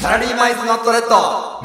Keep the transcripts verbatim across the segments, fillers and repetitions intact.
サラリーマイズノットレッド。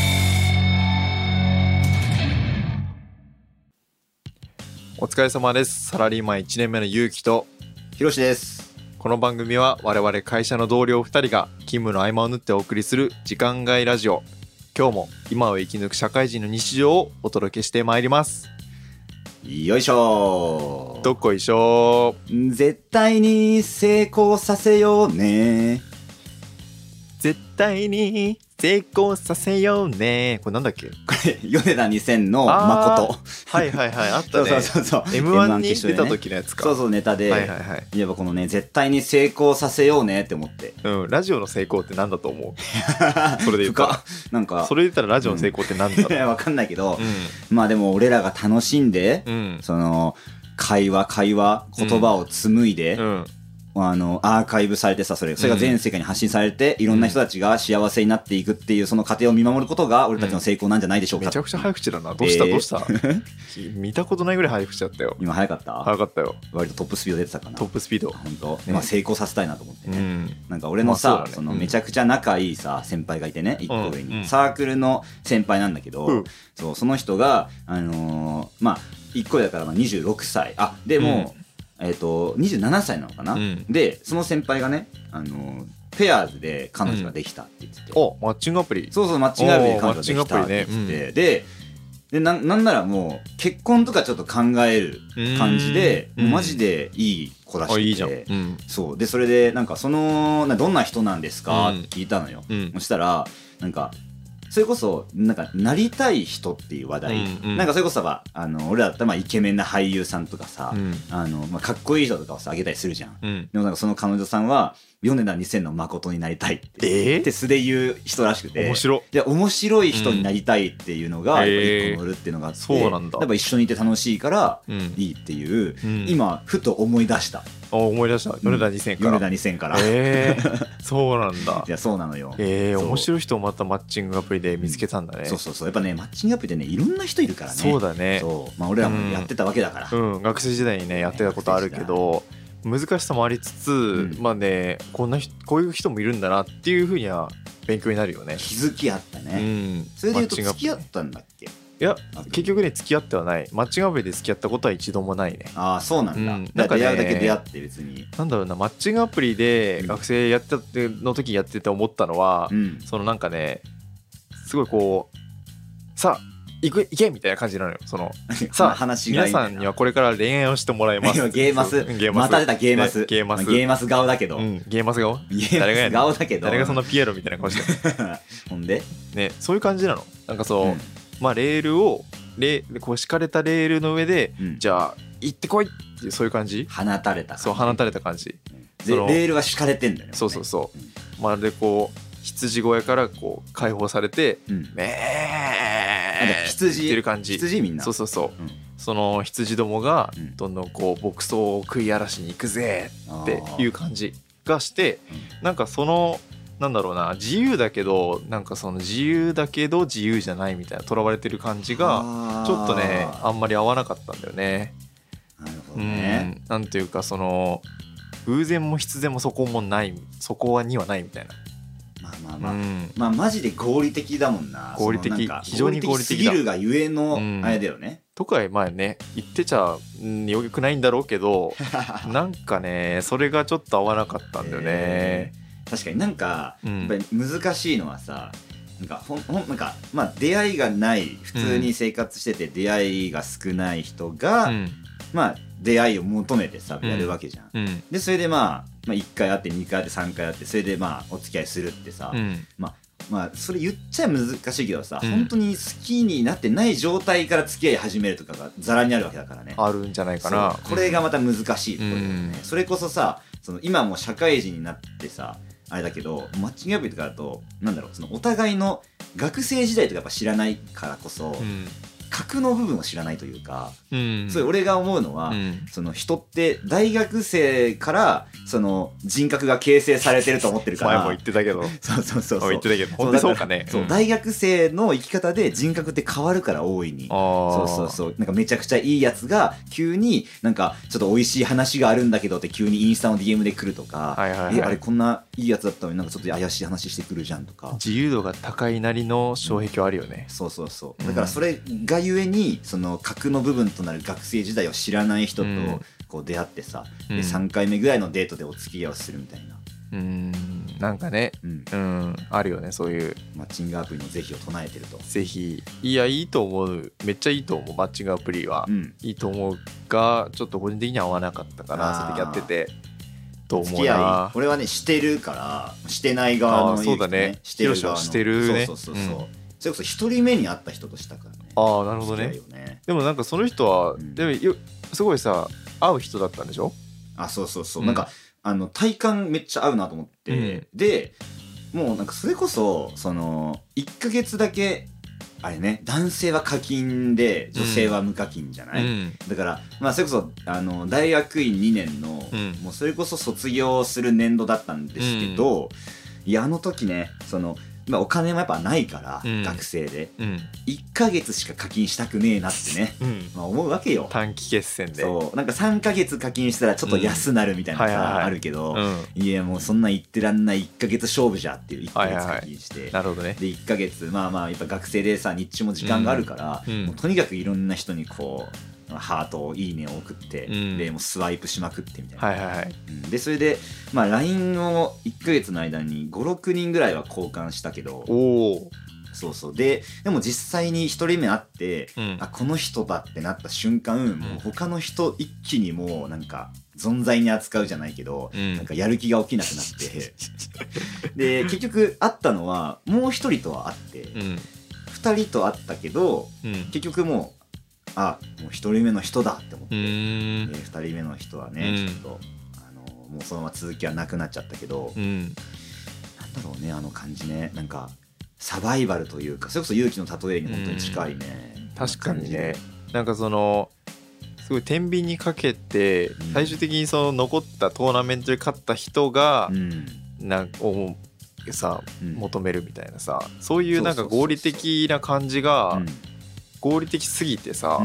お疲れ様です。サラリーマンいちねんめのゆうきとひろしです。 この番組は我々会社の同僚ふたりが勤務の合間を縫ってお送りする時間外ラジオ。今日も今を生き抜く社会人の日常をお届けしてまいります。 よいしょ。 どっこいしょ。 絶対に成功させようね。 絶対に成功させようね。これなんだっけ？ これ米田にせんの誠。 はいはいはい、あったね。 そうそうそうそうエムワン に出た時のやつか。 そうそう、ネタで、 はいはいはい、 やっぱこのね、絶対に成功させようねって思って。 うん、ラジオの成功ってなんだと思う？それで言ったらなんかそれで言ったらラジオの成功ってなんだろう？ いやわかんないけど、 うん、 まあでも俺らが楽しんで、 うん、 その会話会話言葉を紡いで、 うん、 あのアーカイブされてさ、それそれが全世界に発信されて、いろんな人たちが幸せになっていくっていうその過程を見守ることが俺たちの成功なんじゃないでしょうか。 めちゃくちゃ早口だな。どうした、えー、どうした見たことないぐらい早口だったよ。 今早かった？ 早かったよ。 割とトップスピード出てたかな。 トップスピード。 本当、 ね、 まあ成功させたいなと思ってね、うん、なんか俺のさ、まあ そ, ね、そのめちゃくちゃ仲いいさ先輩がいてね、一個上に、うん、サークルの先輩なんだけど、うん、そうその人があのー、まあ一個上だからまあにじゅうろくさい、あでも、うんえー、とにじゅうななさいなのかな、うん、でその先輩がね、あのー、ペアーズで彼女ができたって言ってて、うん、 おマッチングアプリそうそうマッチングアプリで彼女ができたって言ってて、ねうん、でで な, なんならもう結婚とかちょっと考える感じで、もうマジでいい子だしくて、 いいじゃん、うん、 そうでそれでなんかそのなどんな人なんですか、うん、って聞いたのよ、うん、そしたらなんかそれこそなんかなりたい人っていう話題、うんうん、なんかそれこそはあの俺だったらまあイケメンな俳優さんとかさ、うん、あのまあ、かっこいい人とかをさあげたりするじゃん、うん、でもなんかその彼女さんは米田にせんの誠になりたいって、えー、って素で言う人らしくて、 面白で面白い人になりたいっていうのが一個乗るっていうのがあって、えー、そうなんだ。やっぱ一緒にいて楽しいからいいっていう、うん、今ふと思い出した。 あ思い出した。米田にせんから、 米田にせんから、 えー、そうなんだ。 いやそうなのよ。 えー、面白い人をまたマッチングアプリで見つけたんだね、 うん、そうそうそう。やっぱねマッチングアプリでねいろんな人いるからね。 そうだね。 そう、まあ、俺らもやってたわけだから、 うん、うん、学生時代にねやってたことあるけど、難しさもありつつ、うん、まあねこんなこういう人もいるんだなっていうふうには勉強になるよね。 気づきあったね、うん、それでいうと付き合ったんだっけ？ いや結局ね付き合ってはない。マッチングアプリで付き合ったことは一度もないね。 ああそうなんだ、うん、なんか、ね、出会うだけ出会って別になんだろうな、マッチングアプリで学生やってたの時やってて思ったのは、うん、そのなんかねすごいこうさあ行く行けみたいな感じなのよ。そのさあ話が皆さんにはこれから恋愛をしてもらいます。 ゲーマスまた出たゲーマス、 ね、ゲーマス、 まあ、ゲーマス顔だけど、 うん、ゲーマス顔ゲーマス顔だけど誰がそんなピエロみたいな顔してるほんでねそういう感じなの。なんかそう、うん、まあレールをレこう敷かれたレールの上で、うん、じゃあ行ってこいっていうそういう感じ。 放たれた感じ。 そう放たれた感じ、 うん、でレールが敷かれてんだよね。 そうそうそう、うん、まるでこう羊小屋からこう解放されて、うん、めー羊ってる感じ。 羊みんなそうそうそう、うん、その羊どもがどんどんこう牧草を食い荒らしに行くぜっていう感じがして、うん、なんかそのなんだろうな自由だけどなんかその自由だけど自由じゃないみたいなとらわれてる感じがちょっとねあんまり合わなかったんだよね。 なるほどね、 うん、なんていうかその偶然も必然もそこもないそこにはないみたいな。 まあまあまあ、うん、まあマジで合理的だもんな。 合理的、非常に合理的だ。合理的すぎるがゆえのあれだよね、 うん、とか前ね言ってちゃよくないんだろうけどなんかねそれがちょっと合わなかったんだよね、えー確かになんかやっぱり難しいのはさ、なんかほんほんなんかまあ出会いがない普通に生活してて出会いが少ない人が、うん、まあ出会いを求めてさやるわけじゃん、うん、でそれでまあ、まあ、いっかい会ってにかい会ってさんかい会ってそれでまあお付き合いするってさ、うん、まあまあそれ言っちゃ難しいけどさ、うん、本当に好きになってない状態から付き合い始めるとかがザラにあるわけだからね。 あるんじゃないかな。 これがまた難しいところだよね、うん、それこそさその今も社会人になってさあれだけどマッチングアプリとかだとなんだろうそのお互いの学生時代とかやっぱ知らないからこそ、うん、 核の部分を知らないというか、 うん、 それ俺が思うのは、うん、その人って大学生からその人格が形成されてると思ってるから。 前も言ってたけどそうそうそうそう言ってたけど本当そうかね。 そう、うん、大学生の生き方で人格って変わるから大いに。そうそうそう、なんかめちゃくちゃいいやつが急になんかちょっと美味しい話があるんだけどって急にインスタの ディーエム で来るとか、はいはいはい、えあれこんないいやつだったのになんかちょっと怪しい話してくるじゃんとか。 自由度が高いなりの障壁はあるよね、 うん、そうそうそう。だからそれがゆえにその核の部分となる学生時代を知らない人とこう出会ってさ、うん、でさんかいめぐらいのデートでお付き合いをするみたいな。 うーんなんかね、うん、うん、あるよねそういうマッチングアプリの是非を唱えてると。 ぜひいやいいと思う、めっちゃいいと思う。マッチングアプリは、うん、いいと思うがちょっと個人的には合わなかったかな。そうやってやっててと思うな。付き合い俺はねしてるからしてない側の、 ね、そうだね。 してる側のしてるね。 そうそうそうそう、うん、それこそ一人目に会った人としたからね。 ああなるほど ね, ねでもなんかその人は、うん、でもよすごいさ会う人だったんでしょ。 あそうそうそう、うん、なんかあの体感めっちゃ合うなと思って、うん、でもうなんかそれこそそのいっかげつだけあれね、男性は課金で女性は無課金じゃない、うん、だからまあそれこそあの大学院にねんの、うん、もうそれこそ卒業する年度だったんですけど、うん、いやあの時ねそのまあ、お金もやっぱないから、うん、学生で、うん、いっかげつしか課金したくねえなってね、うんまあ、思うわけよ。 短期決戦でそうなんかさんかげつ課金したらちょっと安なるみたいなさ、うんはいはいはい、あるけど、うん、いやもうそんなん言ってらんないいっかげつ勝負じゃっていういっかげつ課金して、はいはいはい、 なるほどね。 でいっかげつまあまあやっぱ学生でさ日中も時間があるから、うん、もうとにかくいろんな人にこうハートをいいねを送って、うん、でもうスワイプしまくってみたいな、 はいはいはい、 うん、でそれで、まあ、ライン をいっかげつの間にごろくにんぐらいは交換したけど、 おそうそうででも実際にひとりめ会って、うん、あこの人だってなった瞬間、うん、もう他の人一気にもうなんか存在に扱うじゃないけど、うん、なんかやる気が起きなくなってで結局会ったのはもう一人とは会って、うん、ふたりと会ったけど、うん、結局もうあもうひとりめの人だって思って、えー、ふたりめの人はね、うん、ちょっとあのもうそのまま続きはなくなっちゃったけど、うん、なんだろうねあの感じね、なんかサバイバルというかそれこそ勇気の例えに本当に近いね、 うん、確かにね。なんかそのすごい天秤にかけて、うん、最終的にその残ったトーナメントで勝った人が、うん、なんかをさ、うん、求めるみたいなさ、そういうなんか合理的な感じが合理的すぎてさ、うん、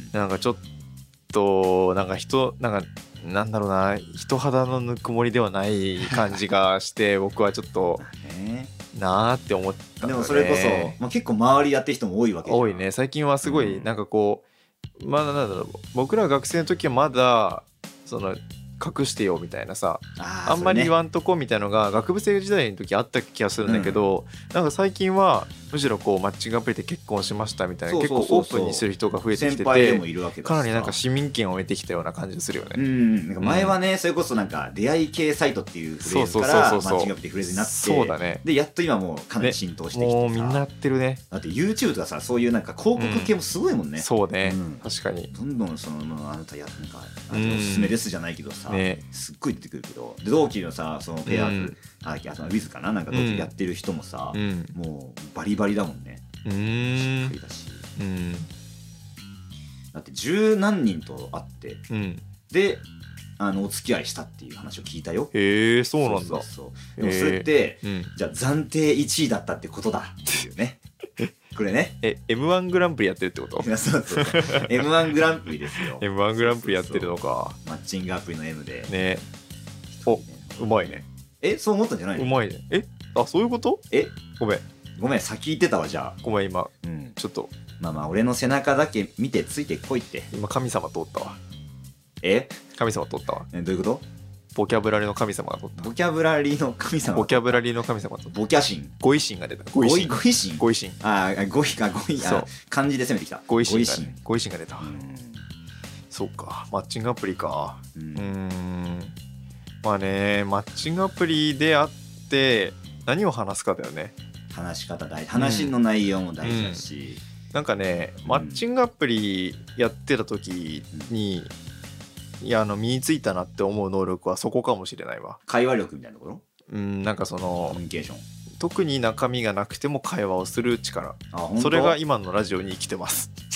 なんかちょっとなんか人なんかなんだろうな人肌のぬくもりではない感じがして僕はちょっとなーって思ったんだね。 でもそれこそ、まあ、結構周りやってる人も多いわけじゃん。 多いね最近はすごいなんかこう、うん、まあなんだろう僕ら学生の時はまだその隠してよみたいなさ あ, あんまり言わんとこみたいなのが学部生時代の時あった気がするんだけど、うん、なんか最近はむしろこうマッチングアプリで結婚しましたみたいな結構オープンにする人が増えてきててかなりなんか市民権を得てきたような感じするよね。 うん、なんか前はね、うん、それこそなんか出会い系サイトっていうフレーズからマッチングアプリってフレーズになってそうだね。 でやっと今もうかなり浸透してきてさ、 ね、もうみんなやってるね。 だって YouTube とかさそういうなんか広告系もすごいもんね、 うん、そうね、うん、確かにどんどんそのあなたやなんかあなたおすすめですじゃないけどさ、ね、すっごい出てくるけどで同期のさそのペアーズ、うん、ああそのウィズかななんか同期やってる人もさ、うん、もうバリバリだもんね。 うーんしっかりだし、うん、だって十何人と会って、うん、であのお付き合いしたっていう話を聞いたよ。 へえそうなんだ。 そうそうそうでもそれって、うん、じゃあ暫定いちいだったってことだっていうねこれねえ エムワン グランプリやってるってこと？ そうそうそうエムワン グランプリですよエムワン グランプリやってるのか。そうそうそうマッチングアプリの M でね。おうまいね。 えそう思ったんじゃないの？ うまいね。えあそういうこと？ えごめんごめん先言ってたわ。じゃあごめん今、うん、ちょっとまあまあ俺の背中だけ見てついてこいって。 今神様通ったわ。 え神様通ったわ。 えどういうこと？ ボキャブラリーの神様が通った。 ボキャブラリーの神様ボキャブラリーの神様が通った。 ボキャ神語彙神が出た。 語彙神語彙神語彙神ああ語彙か語彙あ漢字で攻めてきた。 語彙神が、ね、語彙神が出た。うんそうかマッチングアプリか。うーんまあねマッチングアプリで会って何を話すかだよね。 話し方大事、話の内容も大事だし、 うん、なんかね、うん、マッチングアプリやってた時に、うん、いやあの身についたなって思う能力はそこかもしれないわ。 会話力みたいなところ？ うんなんかそのコミュニケーション特に中身がなくても会話をする力。あそれが今のラジオに生きてます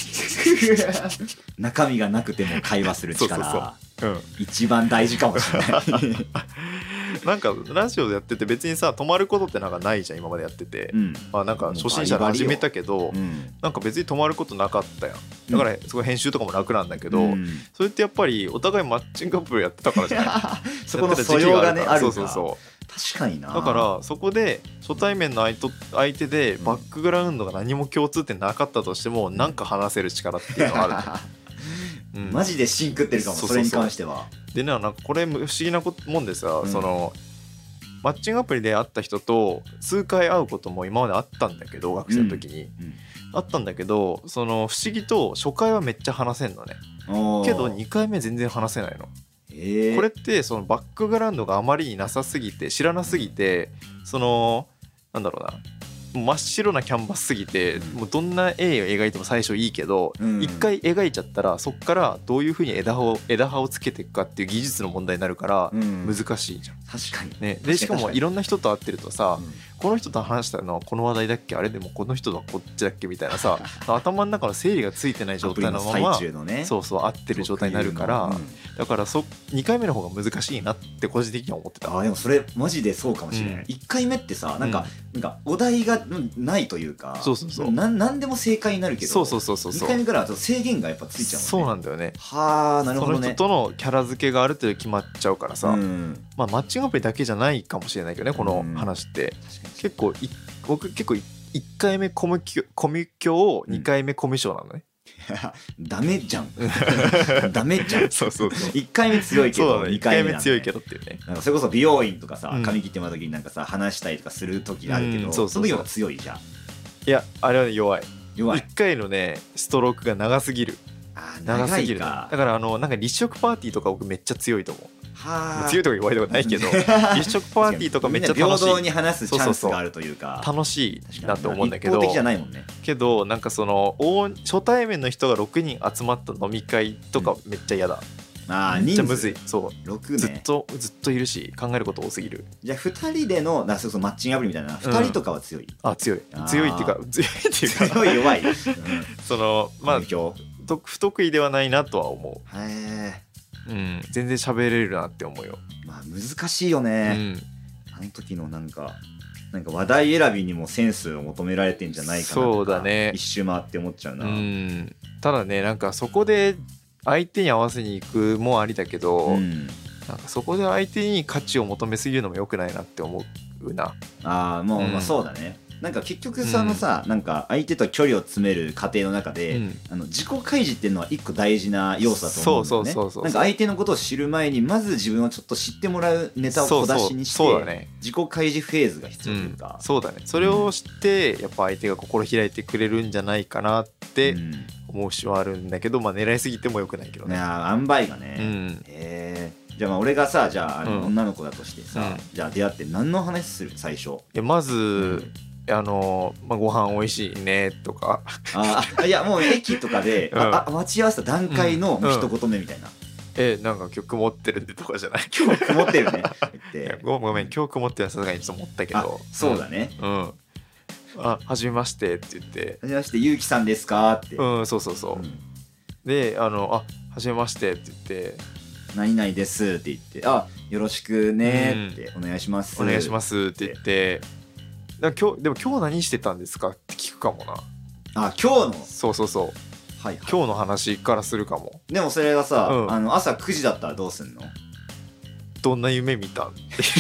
中身がなくても会話する力。 そうそうそう、うん、 一番大事かもしれないなんかラジオでやってて別にさ止まることってなんかないじゃん今までやってて、うん、まあなんか初心者で始めたけど、うん、なんか別に止まることなかったやん。だからすごい編集とかも楽なんだけど、うん、それってやっぱりお互いマッチングアプリやってたからじゃないそこの素養がねあるから。 そうそうそう、 確かにな。 だからそこで初対面の相手相手でバックグラウンドが何も共通点なかったとしてもなんか話せる力っていうのがあるうん、マジでシンクってるかも。それに関しては。 でね、なんかこれ不思議なもんでさ、うん、そのマッチングアプリで会った人と数回会うことも今まであったんだけど学生の時に、うんうん、あったんだけどその不思議と初回はめっちゃ話せんのね。けどにかいめ全然話せないの。えー、これってそのバックグラウンドがあまりになさすぎて知らなすぎてそのなんだろうな真っ白なキャンバスすぎて、うん、もうどんな絵を描いても最初いいけど一、うん、回描いちゃったらそっからどういう風に枝葉を枝葉をつけていくかっていう技術の問題になるから難しいじゃん、うん、 確かに、 ね、でしかもいろんな人と会ってるとさ、うん、この人と話したのはこの話題だっけあれでもこの人はこっちだっけみたいなさ頭の中の整理がついてない状態のままの、ね、そうそう合ってる状態になるから、うん、だからそにかいめの方が難しいなって個人的には思ってた。 あでもそれマジでそうかもしれない、うん、いっかいめってさなんか、うん、なんかお題がないというかそうそうそうな何でも正解になるけどそうそうそうそうにかいめから制限がやっぱついちゃうもんね。 そうなんだよね。 はあなるほどね。 その人とのキャラ付けがある程度決まっちゃうからさ、うん、まあマッチングアプリだけじゃないかもしれないけどねこの話って、うん、結構い僕結構いっかいめコミュコミュ教にかいめコミュ障なのね、 うん、ダメじゃんダメじゃんそうそうそういっかいめ強いけど、ね、 にかいめ強いけどっていうね。 なんかそれこそ美容院とかさ髪切ってもらう時になんかさ話したりとかする時あるけど、うん、そうそうそうその時は強いじゃん。 いやあれは、ね、弱い弱いいっかいのねストロークが長すぎる。 あ長すぎる、 ね、だからあのなんか立食パーティーとか僕めっちゃ強いと思う。 は強いとか弱いとかないけど立食パーティーとかめっちゃ楽しい。 平等に話すチャンスがあるというか楽しいなと思うんだけど一方的じゃないもんね。 けどなんかその初対面の人がろくにん集まった飲み会とかめっちゃ嫌だ、うん、 あめっちゃむずい。そうろくねずっとずっといるし考えること多すぎる。 じゃあふたりでのそうそうマッチングアプリみたいなふたりとかは強い、うん、 あ強い強いっていうか強いっていうか強い弱い、うん、 そのまあ不得意ではないなとは思う。 へえうん、全然喋れるなって思うよ。 まあ難しいよね、うん、あの時のなんかなんか話題選びにもセンスを求められてんじゃないかなとかそうだね一周回って思っちゃうな。 うんただねなんかそこで相手に合わせに行くもありだけど、うん、なんかそこで相手に価値を求めすぎるのも良くないなって思うな。 あもう、うん、まあそうだね。なんか結局そのさ、うん、なんか相手と距離を詰める過程の中で、うん、あの自己開示っていうのは一個大事な要素だと思うんだよね。そうそうそうそう。なんか相手のことを知る前にまず自分をちょっと知ってもらうネタを小出しにしてそうそうそうだ、ね、自己開示フェーズが必要というか、 うん、そうだね。それを知ってやっぱ相手が心開いてくれるんじゃないかなって思うしはあるんだけど、まあ狙いすぎてもよくないけどね。 いや塩梅がね、うん、へーじゃあまあ俺がさじゃあ、あの女の子だとしてさ、うん、じゃあ出会って何の話する最初。いやまず、うんあのまあ、ご飯おいしいねとかあいやもう駅とかで、うん、あ待ち合わせた段階の一言目みたいな、うんうん、えなんか今日曇ってるんでとかじゃない今日曇ってるねってごめん今日曇ってるのさすがにちょっと思ったけどそうだねうん、うん、あはじめましてって言ってはじめましてゆうきさんですかってうんそうそうそう、うん、であのあはじめましてって言って何々ですって言ってあよろしくねって、うん、お願いしますお願いしますって言ってだ今日でも今日何してたんですかって聞くかもな。 あ今日のそうそうそう、はいはい、今日の話からするかも。 でもそれがさ、うん、あの朝くじだったらどうすんの。 どんな夢見たん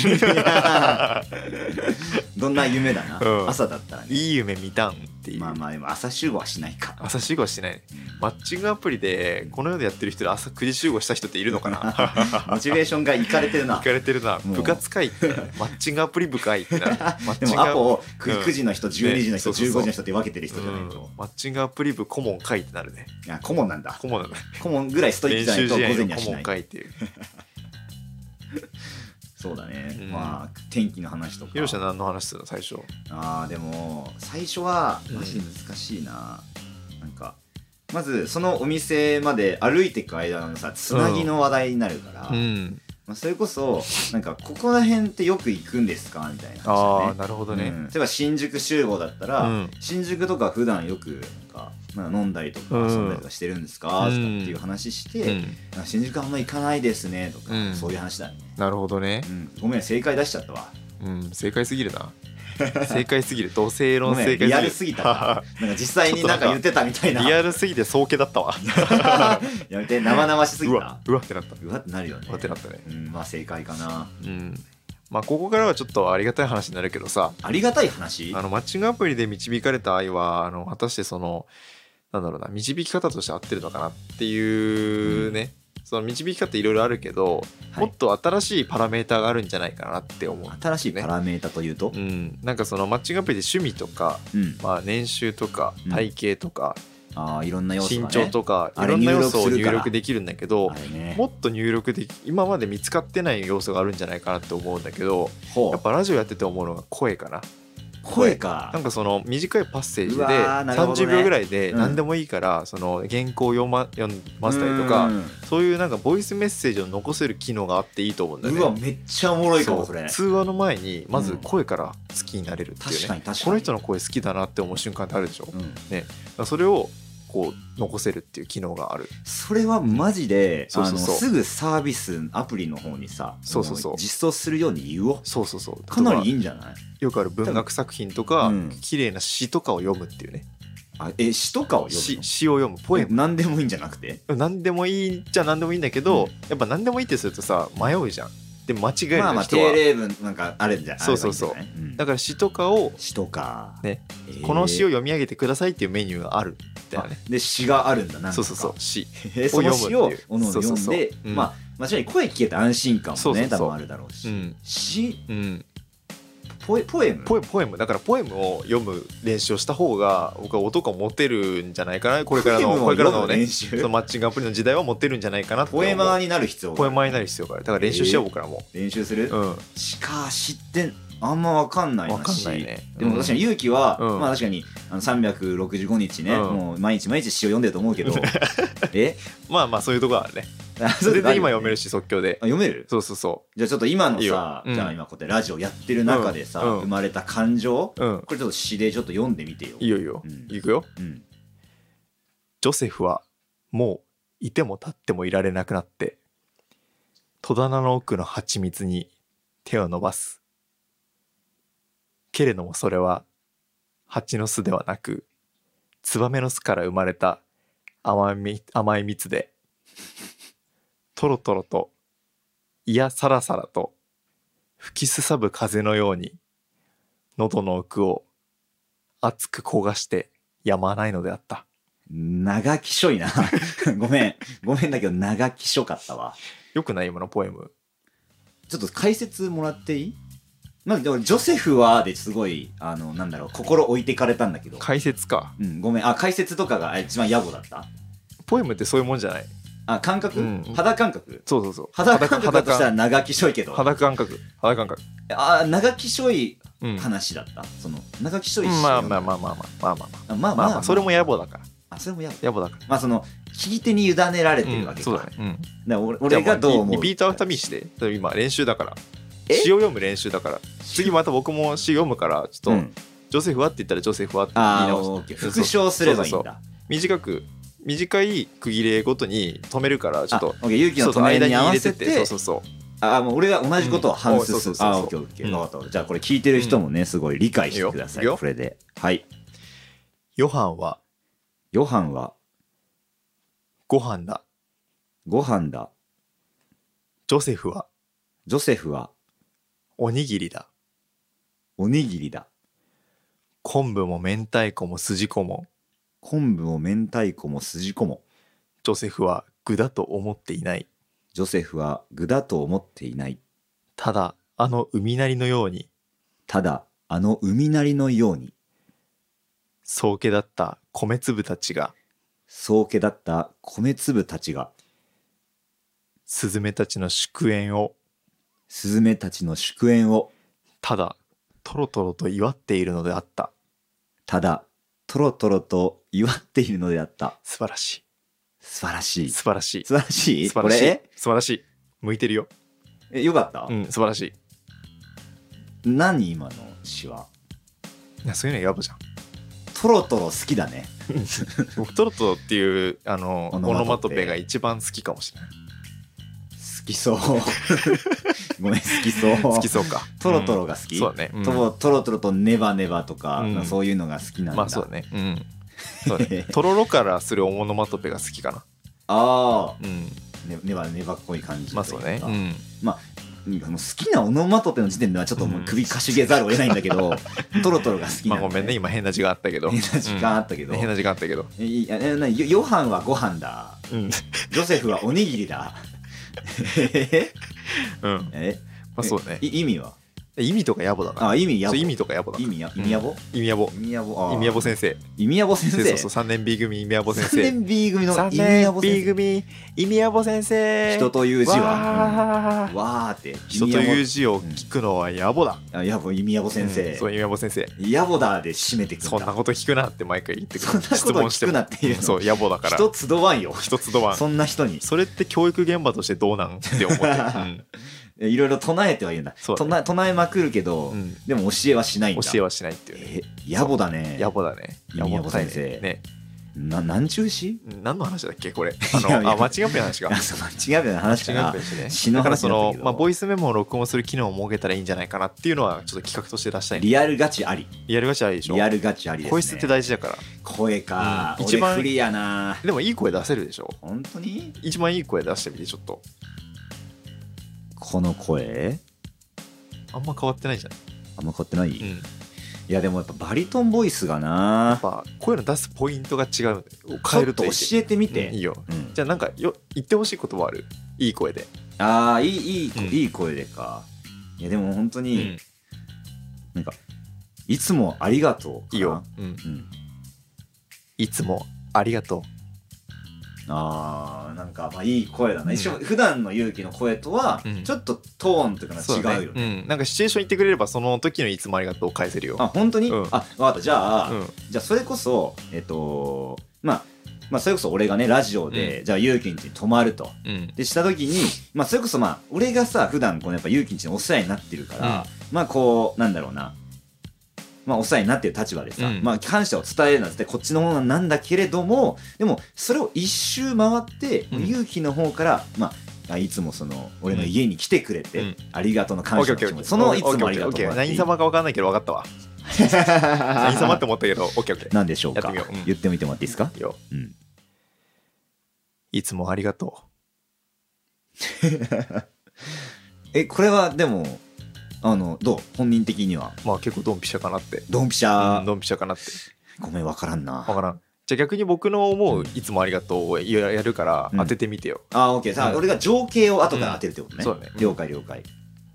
どんな夢だな、うん、朝だったらねいい夢見たんっていう。 まあまあでも朝集合はしないか。 朝集合はしない、うん、マッチングアプリでこの世でやってる人で朝くじ集合した人っているのかなモチベーションがいかれてるな。 いかれてるな。部活会ってマッチングアプリ部会ってなでもアポをくじの人、じゅうにじの人、ね、じゅうごじの人って分けてる人じゃないと、うん、 マッチングアプリ部顧問会ってなるね。 いや顧問なんだ。 顧問なんだ。 顧問ぐらいストイックじゃないと午前にはしない。 顧問会っていうそうだね、うん、まあ天気の話とか。 ひろしは何の話するの最初。 あーでも最初はマジ難しいな、うん、なんかまずそのお店まで歩いていく間のさつなぎの話題になるから、うんまあ、それこそなんかここら辺ってよく行くんですかみたいな話だね。 ああなるほどね、 うん、例えば新宿集合だったら、うん、新宿とか普段よくなんかなんか飲んだりとか遊んだりとかしてるんですか、とかっていう話して、うん、新宿あんま行かないですねとか、うん、そういう話だね。 なるほどね、 うん、ごめん正解出しちゃったわ。 うん正解すぎるな正解すぎる同性論正解すぎる。 リアルすぎたかなんか実際になんか言ってたみたいなリアルすぎて早計だったわやめて生々しすぎた。うわうわってなった。 うわってなるよね。 うわってなったね、 うん、まあ正解かな。 うんまあここからはちょっとありがたい話になるけどさ。 ありがたい話？ あのマッチングアプリで導かれた愛はあの果たしてそのなんだろうな導き方として合ってるのかなっていうね、うん、その導き方いろいろあるけど、はい、もっと新しいパラメーターがあるんじゃないかなって思う、ね、 新しいパラメーターというと、 うん、なんかそのマッチングアプリで趣味とか、うんまあ、年収とか体型とか、 うん、あいろんな要素がね、 身長とかいろんな要素を入力できるんだけど、 ね、 もっと入力でき今まで見つかってない要素があるんじゃないかなって思うんだけど、やっぱラジオやってて思うのが声かな。 声か。 なんかその短いパッセージでさんじゅうびょうぐらいで何でもいいからその原稿を読ま読ませたりとか、そういうなんかボイスメッセージを残せる機能があっていいと思うんだよね。 うわめっちゃおもろいかもそれ。 通話の前にまず声から好きになれるっていうね、 確かに確かにこの人の声好きだなって思う瞬間ってあるでしょ、うんね、それをこう残せるっていう機能がある。 それはマジで、うん、あのすぐサービスアプリの方にさそうそうそう実装するように言おう。 そうそうそうかなりいいんじゃない？ よくある文学作品とか、うん、綺麗な詩とかを読むっていうね。 あえ詩とかを読むの？ 詩、詩を読むポエム。 何でもいいんじゃなくて？ 何でもいいじゃ何でもいいんだけど、うん、やっぱ何でもいいってするとさ迷うじゃん。で間違える人はまあまあ定例文なんかあるんじゃない？ そうそうそう、うん、だから詩とかを詩とかね、えー、この詩を読み上げてくださいっていうメニューがあるみたいなね。 で詩があるんだな。 そうそうそう詩を読むっていう。おのおの読んで、まあ間違いに声聞けて安心感もね多分あるだろうし、うん、詩、うん、ポエ、ポエム？ ポエム、ポエムだからポエムを読む練習をした方が僕は男をモテるんじゃないかな。これからのこれからのねそのマッチングアプリの時代はモテるんじゃないかなって。 ポエマーになる必要がポエマーになる必要がある。だから練習しよう、えー、僕らも練習する。 うんしかしってあんま分かんないな。 分かんないね。 でも確かに勇気は、うん、まあ確かにあのさんびゃくろくじゅうごにちね、うん、もう毎日毎日詩を読んでると思うけどえまあまあそういうとこはあるね。それで今読めるし即興で。 あ読める？ そうそうそう。 じゃあちょっと今のさ、うん、じゃあ今こうやってラジオやってる中でさ、うん、生まれた感情、うん、これちょっと詩でちょっと読んでみてよ。 いいよいいよ、うん、いくよ、うん、ジョセフはもういても立ってもいられなくなって戸棚の奥の蜂蜜に手を伸ばす。けれどもそれは蜂の巣ではなくツバメの巣から生まれた甘い、甘い蜜でトロトロといやサラサラと吹きすさぶ風のように喉の奥を熱く焦がしてやまないのであった。 長きしょいなごめんごめんだけど長きしょかったわ。 よくない今のポエム。 ちょっと解説もらっていい？まずジョセフはですごいあのなんだろう心置いてかれたんだけど。 解説か。 うんごめん。あ解説とかが一番野暮だった。 ポエムってそういうもんじゃない？ あ感覚、うん、肌感覚。 そうそうそう。 肌感覚だとしたら長きしょいけど。 肌感覚肌感覚。 あ長きしょい話だった。うん、その長きしょい。 まあまあまあまあまあまあまあまあまあまあそれも野暮だから。 あそれも野暮。 野暮だから。 まあその聞き手に委ねられてるわけか。 うん、そうだね。うん。 だ俺俺がどう思う。 リピートアフターミーして。今練習だから。詩を読む練習だから次また僕も詩読むからちょっと、うん、ジョセフはって言ったらジョセフはって言い直して、 復唱すればいいんだ。そうそうそう短く短い区切れごとに止めるからちょっと勇気の止めに合わせてそうそうそうあもう俺が同じことを反芻する。あオッケーオッケー分かった。じゃあこれ聞いてる人もねすごい理解してください。これではいヨハンはヨハンはご飯だご飯だ。 ジョセフはジョセフはおにぎりだおにぎりだ。 昆布も明太子も筋子も昆布も明太子も筋子もジョセフは具だと思っていない。 ジョセフは具だと思っていない。 ただあの海なりのようにただあの海なりのように宗家だった米粒たちが宗家だった米粒たちがスズメたちの祝宴をスズメたちの祝宴をただトロトロと祝っているのであった。 ただトロトロと祝っているのであった。 素晴らしい素晴らしい素晴らしい素晴らしい素晴らしい素晴らしい向いてるよ。 えよかった。 うん素晴らしい。 何今の詩は。 いやそういうのやばじゃん。 トロトロ好きだね。 僕トロトロっていうあのオオノマトペが一番好きかもしれない。 好きそうごめん好きそう好きそうか。 トロトロが好き、 うん、そうだね、うん、 トロトロトロとネバネバとか、 うん、 そういうのが好きなんだ。 まあそうだね、うん、そうだねトロロからするオノマトペが好きかな。 ああ、 うん、 ね、ネバネバっぽい感じ。 まあそうね、うん、 まあ好きなオノマトペの時点ではちょっともう首かしげざるを得ないんだけど、うん、トロトロが好きなんだ、ね、 まあごめんね今変な時間あったけど変な時間あったけど、 うん、変な時間あったけどいやなヨハンはご飯だ、うん、ジョセフはおにぎりだうん、 えまあそうね。 意味は意味とか野暮だから。 あ、意味野暮。 意味とか野暮だ。 意味や意味野暮？ 意味野暮。 意味野暮。 意味野暮先生。 意味野暮先生。 そうそうさんねん B 組意味野暮先生。 さんねん B 組の意味野暮 B 組意味野暮先生。 人という字はわー、 わーって人という字を聞くのは野暮だ。 あ、野暮意味野暮先生。 そう意味野暮先生。 野暮だで締めてくる。 そんなこと聞くなって毎回言ってくる。 質問しても。 そう野暮だから。 人集わんよ。 人集わん。 そんな人に。 それって教育現場としてどうなんって思って。 いろいろ唱えてはいるんだ。そうだね、唱えまくるけど、うん、でも教えはしないんだ。 教えはしないっていうね。 え、野暮だね。 野暮だね。 野暮先生。 ね。 な、なんちゅう詩？ 何の話だっけこれ。あの、あ、間違っぺの話か。 間違っぺの話か。 詩の話だからその、まあ、ボイスメモを録音する機能を設けたらいいんじゃないかなっていうのは、ちょっと企画として出したい。 リアルガチあり。 リアルガチありでしょ。 リアルガチありですね。 声質って大事だから。 声か。一番フリーやな。 でもいい声出せるでしょ。 本当に？ 一番いい声出してみて、ちょっと。 この声？ あんま変わってないじゃん。 あんま変わってない、うん、いやでもやっぱバリトンボイスがな、 やっぱ声の出すポイントが違うを変えるといい。 教えてみて、 うん、いいよ、うん、じゃあなんかよ言ってほしい言葉ある？いい声で。 ああいいいい、うん、いい声でか。いやでも本当に、うん、なんかいつもありがとう。 いいよ、うんうん、いつもありがとう。 あーなんかまあいい声だね、うん、一緒普段の勇気の声とはちょっとトーンというか違うよね、 ね、うん、なんかシチュエーション言ってくれればその時のいつもありがとうを返せるよ。 あ本当に、うん、あ分かった。じゃあ、 うん、 じゃあそれこそえっとまあまあそれこそ俺がねラジオで、うん、じゃあ勇気んちに泊まると、うん、でした時にまあそれこそまあ俺がさ普段このやっぱ勇気んちにお世話になってるから、うん、まあこうなんだろうなまあ、お世話になってる立場でさ、うん、まあ感謝を伝えるのは絶対こっちのものなんだけれども、でもそれを一周回って、うん、勇気の方からまあいつもその俺の家に来てくれて、うん、ありがとうの感謝の気持ち、そのいつもありがとうも何様か分かんないけど分かったわ何様って思ったけど オーケーオーケー何でしょうか。やってみよう、うん、言ってみてもらっていいですか。 いいよ、うん、いつもありがとうえこれはでもあのどう本人的には。 まあ結構ドンピシャかなって。 ドンピシャ、 うん、ドンピシャかなって。 ごめん分からんな。 分からん。じゃあ逆に僕の思ういつもありがとうをやるから当ててみてよ、 うん、ああ OK さあ、うん、俺が情景を後から当てるってことね、うん、 そうね、 了解了解。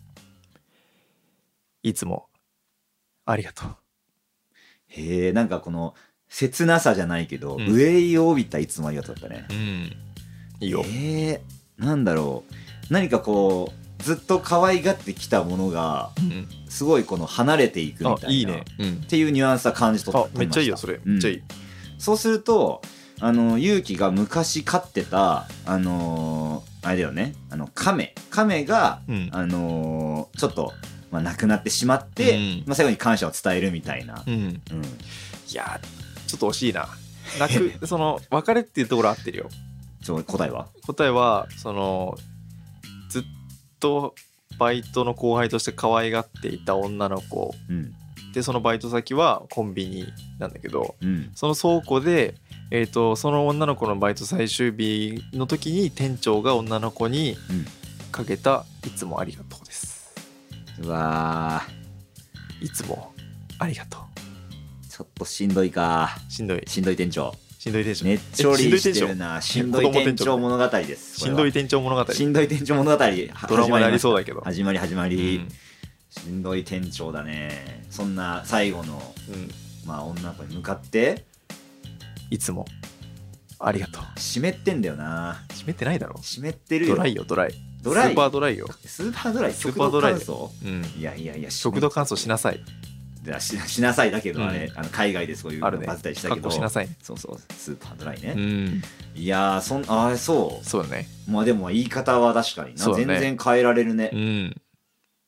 いつもありがとう。 へえ、なんかこの切なさじゃないけど、うん、憂いを帯びたいつもありがとうだったね。 うんいいよ。 えー、なんだろう、何かこうずっと可愛がってきたものが、うん、すごいこの離れていくみたいな、 いいね、 うん、っていうニュアンスは感じ取ってました。 めっちゃいいよそれ、めっちゃいい。 そうするとあの勇気が昔飼ってたあのー、あれだよね、あの亀亀が、うん、あのー、ちょっと、まあ、亡くなってしまって、うん、まあ、最後に感謝を伝えるみたいな、うんうん、いやちょっと惜しいな。泣くその別れっていうところ合ってるよ。 答えは答えはそのずっとバイトの後輩として可愛がっていた女の子、うん、でそのバイト先はコンビニなんだけど、うん、その倉庫で、えーと、その女の子のバイト最終日の時に店長が女の子にかけたいつもありがとうです。 うわいつもありがとう。 ちょっとしんどいか。 しんどいしんどい店長。 しんどい店長。 めっちゃりしてるな。しんどい店長物語です。 しんどい店長物語。 しんどい店長物語。 ドラマでありそうだけど。 始まり始まり。うん、しんどい店長だね。そんな最後の、うん、まあ女の子に向かっていつもありがとう。 湿ってんだよな。 湿ってないだろ。 湿ってるよ。 ドライよドライ。 ドライ。 スーパードライよ。 スーパードライ。 スーパードライ。 極度乾燥。うん。いやいやいや。 極度乾燥しなさい。 し, しなさいだけどあれ、うん、あの海外でそういうのバズったりしたけど、 しなさい。 そうそうスーパードライね、 うん、 いやーそんあそうそうだね。 まあでも言い方は確かにな、ね、全然変えられるね、 うん、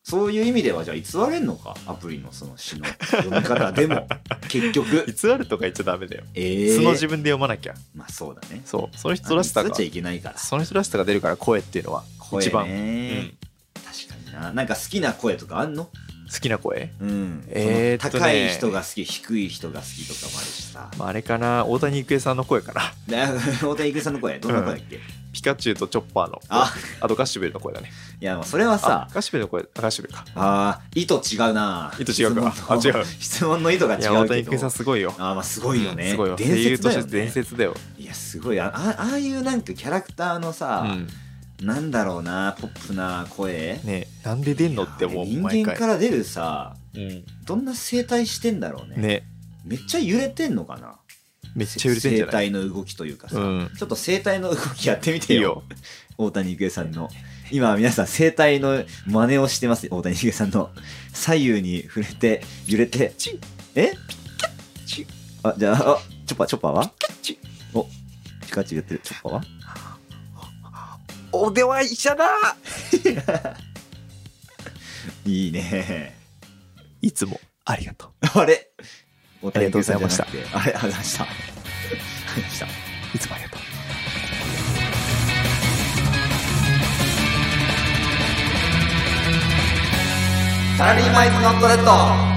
そういう意味ではじゃあ偽れんのか、アプリのその詩の読み方でも結局偽るとか言っちゃダメだよ、 えー、 素の自分で読まなきゃ。 まあそうだね、 そうその人らしさが偽っちゃいけないから、 その人らしさが出るから声っていうのは一番、 声ね、うん、確かにな。なんか好きな声とかあんの？ 好きな声、 うん、 えーっとね、 高い人が好き低い人が好きとかもあるしさ、 まあ、あれかな、大谷育英さんの声かな大谷育英さんの声どんな声だっけ、うん、 ピカチュウとチョッパーの、 ああとガッシュベルの声だね。 いやそれはさ、 ガッシュベルの声、ガッシュベルか、 あー意図違うな、 意図違うか、あ違う、 質問の意図が違うけど、 いや大谷育英さんすごいよ。 あーまあすごいよね、 すごいよ、 伝説だよね、 声優として伝説だよ。 いやすごい、ああああいうなんかキャラクターのさ、うんなんだろうな、ポップな声ね、なんで出んのって思う。 人間から出るさ、 うん、 どんな声帯してんだろうね。ね、めっちゃ揺れてんのかな。 めっちゃ揺れてんじゃない？ 声帯の動きというかさ、うん、ちょっと声帯の動きやってみてよ。いいよ大谷育英さんの。今皆さん声帯の真似をしてます。大谷育英さんの左右に触れて揺れて、え？あ、じゃあ、あ、チョッパーチョッパーは？お、ピカチュウやってる。チョッパーは？ おでは医者だいいね、 いつもありがとう。 あれありがとうございました。 あれありがとうございました。ありがとうございました。 いつもありがとう。 サラリーマイズノットレッド。